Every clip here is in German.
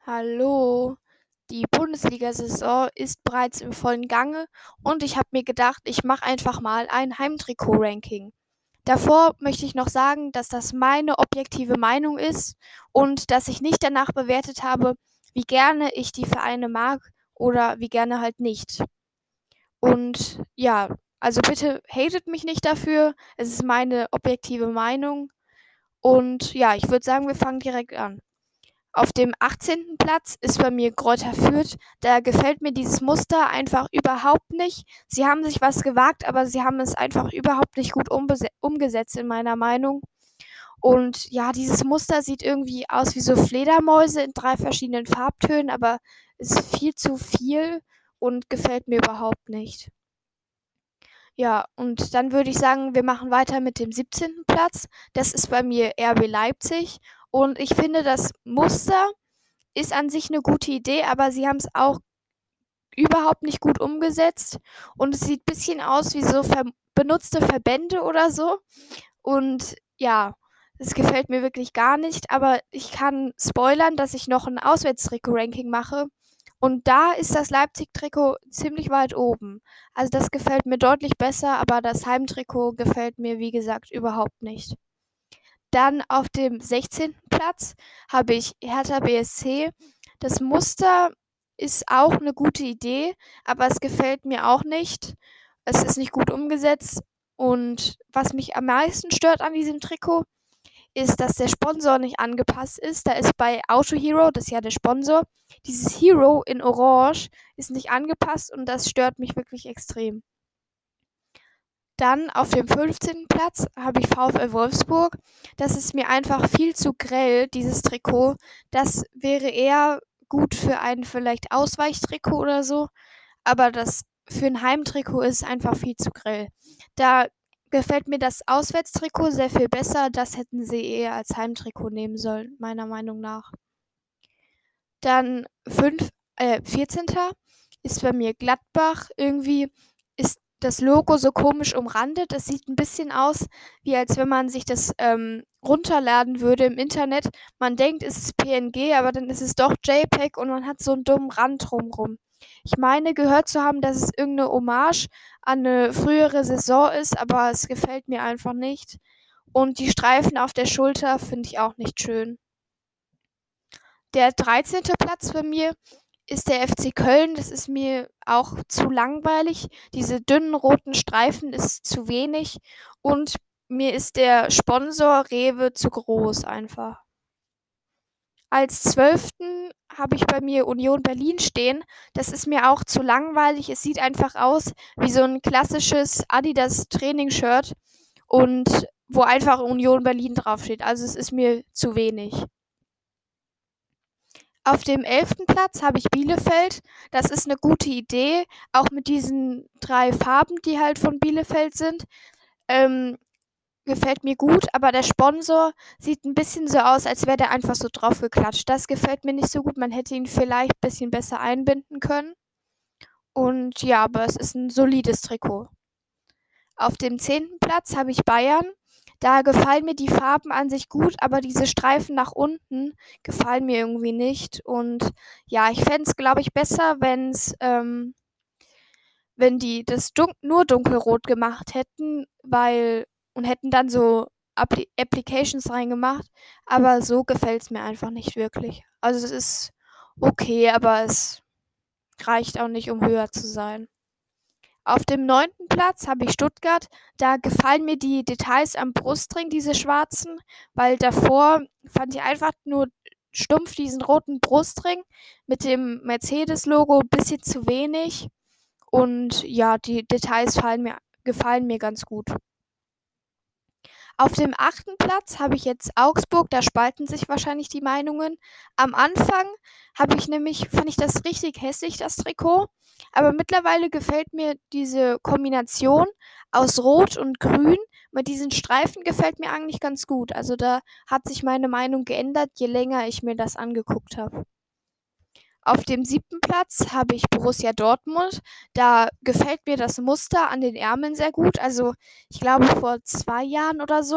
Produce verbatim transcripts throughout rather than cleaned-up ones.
Hallo, die Bundesliga-Saison ist bereits im vollen Gange und ich habe mir gedacht, ich mache einfach mal ein Heimtrikot-Ranking. Davor möchte ich noch sagen, dass das meine objektive Meinung ist und dass ich nicht danach bewertet habe, wie gerne ich die Vereine mag oder wie gerne halt nicht. Und ja, also bitte hatet mich nicht dafür, es ist meine objektive Meinung und ja, ich würde sagen, wir fangen direkt an. Auf dem achtzehnten Platz ist bei mir Greuther Fürth. Da gefällt mir dieses Muster einfach überhaupt nicht. Sie haben sich was gewagt, aber sie haben es einfach überhaupt nicht gut umbese- umgesetzt in meiner Meinung. Und ja, dieses Muster sieht irgendwie aus wie so Fledermäuse in drei verschiedenen Farbtönen, aber ist viel zu viel und gefällt mir überhaupt nicht. Ja, und dann würde ich sagen, wir machen weiter mit dem siebzehnten Platz. Das ist bei mir R B Leipzig. Und ich finde, das Muster ist an sich eine gute Idee, aber sie haben es auch überhaupt nicht gut umgesetzt und es sieht ein bisschen aus wie so ver benutzte Verbände oder so. Und ja, es gefällt mir wirklich gar nicht, aber ich kann spoilern, dass ich noch ein Auswärtstrikot-Ranking mache und da ist das Leipzig-Trikot ziemlich weit oben. Also, das gefällt mir deutlich besser, aber das Heimtrikot gefällt mir, wie gesagt, überhaupt nicht. Dann auf dem sechzehnten Platz habe ich Hertha B S C. Das Muster ist auch eine gute Idee, aber es gefällt mir auch nicht. Es ist nicht gut umgesetzt und was mich am meisten stört an diesem Trikot, ist, dass der Sponsor nicht angepasst ist. Da ist bei Auto Hero, das ist ja der Sponsor, dieses Hero in Orange ist nicht angepasst und das stört mich wirklich extrem. Dann auf dem fünfzehnten Platz habe ich VfL Wolfsburg. Das ist mir einfach viel zu grell, dieses Trikot. Das wäre eher gut für ein vielleicht Ausweichtrikot oder so, aber das für ein Heimtrikot ist es einfach viel zu grell. Da gefällt mir das Auswärtstrikot sehr viel besser. Das hätten sie eher als Heimtrikot nehmen sollen, meiner Meinung nach. Dann fünf, äh, vierzehnter ist bei mir Gladbach. Irgendwie ist das Logo so komisch umrandet. Das sieht ein bisschen aus, wie als wenn man sich das ähm, runterladen würde im Internet. Man denkt, es ist P N G, aber dann ist es doch JPEG und man hat so einen dummen Rand drumrum. Ich meine, gehört zu haben, dass es irgendeine Hommage an eine frühere Saison ist, aber es gefällt mir einfach nicht. Und die Streifen auf der Schulter finde ich auch nicht schön. Der dreizehnte Platz bei mir ist der F C Köln. Das ist mir auch zu langweilig. Diese dünnen roten Streifen ist zu wenig und mir ist der Sponsor Rewe zu groß einfach. Als zwölften habe ich bei mir Union Berlin stehen. Das ist mir auch zu langweilig. Es sieht einfach aus wie so ein klassisches Adidas Trainingsshirt und wo einfach Union Berlin draufsteht. Also es ist mir zu wenig. Auf dem elften Platz habe ich Bielefeld. Das ist eine gute Idee, auch mit diesen drei Farben, die halt von Bielefeld sind. Ähm, gefällt mir gut, aber der Sponsor sieht ein bisschen so aus, als wäre der einfach so draufgeklatscht. Das gefällt mir nicht so gut. Man hätte ihn vielleicht ein bisschen besser einbinden können. Und ja, aber es ist ein solides Trikot. Auf dem zehnten Platz habe ich Bayern. Da gefallen mir die Farben an sich gut, aber diese Streifen nach unten gefallen mir irgendwie nicht. Und ja, ich fände es, glaube ich, besser, wenn's, ähm, wenn die das dun nur dunkelrot gemacht hätten, weil und hätten dann so Appli Applications reingemacht. Aber so gefällt es mir einfach nicht wirklich. Also es ist okay, aber es reicht auch nicht, um höher zu sein. Auf dem neunten Platz habe ich Stuttgart. Da gefallen mir die Details am Brustring, diese schwarzen, weil davor fand ich einfach nur stumpf diesen roten Brustring mit dem Mercedes-Logo ein bisschen zu wenig. Und ja, die Details fallen mir, gefallen mir ganz gut. Auf dem achten Platz habe ich jetzt Augsburg, da spalten sich wahrscheinlich die Meinungen. Am Anfang habe ich nämlich, fand ich das richtig hässlich, das Trikot. Aber mittlerweile gefällt mir diese Kombination aus Rot und Grün mit diesen Streifen gefällt mir eigentlich ganz gut. Also da hat sich meine Meinung geändert, je länger ich mir das angeguckt habe. Auf dem siebten Platz habe ich Borussia Dortmund. Da gefällt mir das Muster an den Ärmeln sehr gut. Also ich glaube, vor zwei Jahren oder so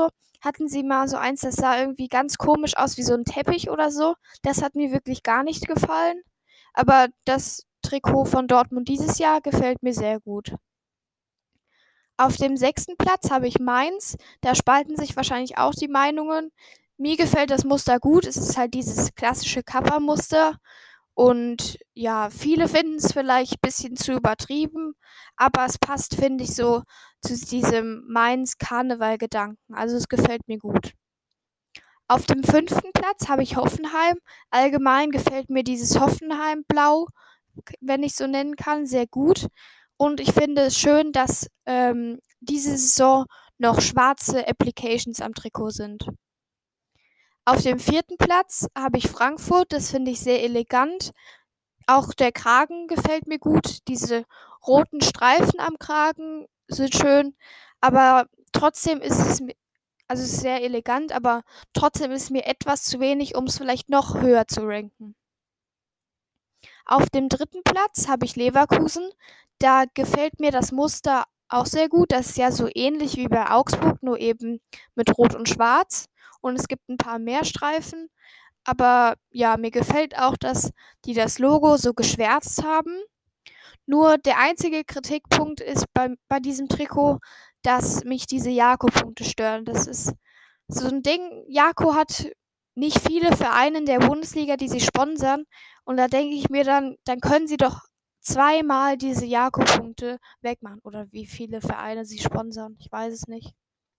hatten sie mal so eins, das sah irgendwie ganz komisch aus wie so 'n Teppich oder so. Das hat mir wirklich gar nicht gefallen. Aber das Trikot von Dortmund dieses Jahr gefällt mir sehr gut. Auf dem sechsten Platz habe ich Mainz. Da spalten sich wahrscheinlich auch die Meinungen. Mir gefällt das Muster gut. Es ist halt dieses klassische Kappa-Muster. Und ja, viele finden es vielleicht ein bisschen zu übertrieben, aber es passt, finde ich, so zu diesem Mainz-Karneval-Gedanken. Also es gefällt mir gut. Auf dem fünften Platz habe ich Hoffenheim. Allgemein gefällt mir dieses Hoffenheim-Blau, wenn ich so nennen kann, sehr gut. Und ich finde es schön, dass ähm, diese Saison noch schwarze Applications am Trikot sind. Auf dem vierten Platz habe ich Frankfurt. Das finde ich sehr elegant. Auch der Kragen gefällt mir gut. Diese roten Streifen am Kragen sind schön, aber trotzdem ist es mi also, es ist sehr elegant, aber trotzdem ist es mir etwas zu wenig, um es vielleicht noch höher zu ranken. Auf dem dritten Platz habe ich Leverkusen. Da gefällt mir das Muster auch sehr gut. Das ist ja so ähnlich wie bei Augsburg, nur eben mit Rot und Schwarz. Und es gibt ein paar mehr Streifen. Aber ja, mir gefällt auch, dass die das Logo so geschwärzt haben. Nur der einzige Kritikpunkt ist bei, bei diesem Trikot, dass mich diese Jako-Punkte stören. Das ist so ein Ding. Jako hat nicht viele Vereine in der Bundesliga, die sie sponsern. Und da denke ich mir dann, dann können sie doch zweimal diese Jako-Punkte wegmachen. Oder wie viele Vereine sie sponsern. Ich weiß es nicht.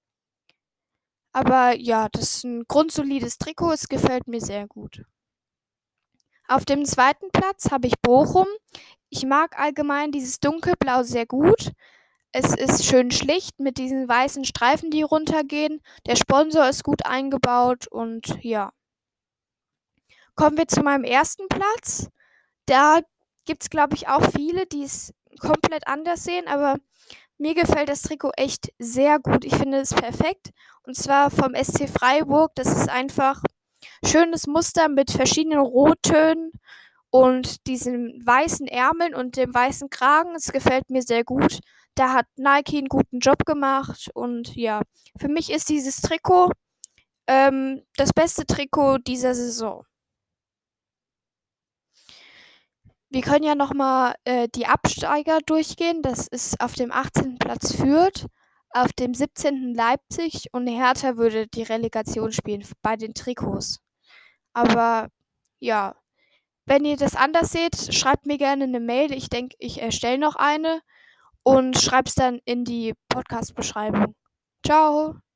Aber ja, das ist ein grundsolides Trikot. Es gefällt mir sehr gut. Auf dem zweiten Platz habe ich Bochum. Ich mag allgemein dieses Dunkelblau sehr gut. Es ist schön schlicht mit diesen weißen Streifen, die runtergehen. Der Sponsor ist gut eingebaut und ja. Kommen wir zu meinem ersten Platz. Da gibt es, glaube ich, auch viele, die es komplett anders sehen, aber mir gefällt das Trikot echt sehr gut. Ich finde es perfekt. Und zwar vom S C Freiburg. Das ist einfach schönes Muster mit verschiedenen Rottönen und diesen weißen Ärmeln und dem weißen Kragen. Es gefällt mir sehr gut. Da hat Nike einen guten Job gemacht. Und ja, für mich ist dieses Trikot ähm, das beste Trikot dieser Saison. Wir können ja nochmal äh, die Absteiger durchgehen. Das ist auf dem achtzehnten Platz Fürth, auf dem siebzehnten Leipzig und Hertha würde die Relegation spielen bei den Trikots. Aber ja, wenn ihr das anders seht, schreibt mir gerne eine Mail. Ich denke, ich erstelle noch eine und schreibe es dann in die Podcast-Beschreibung. Ciao!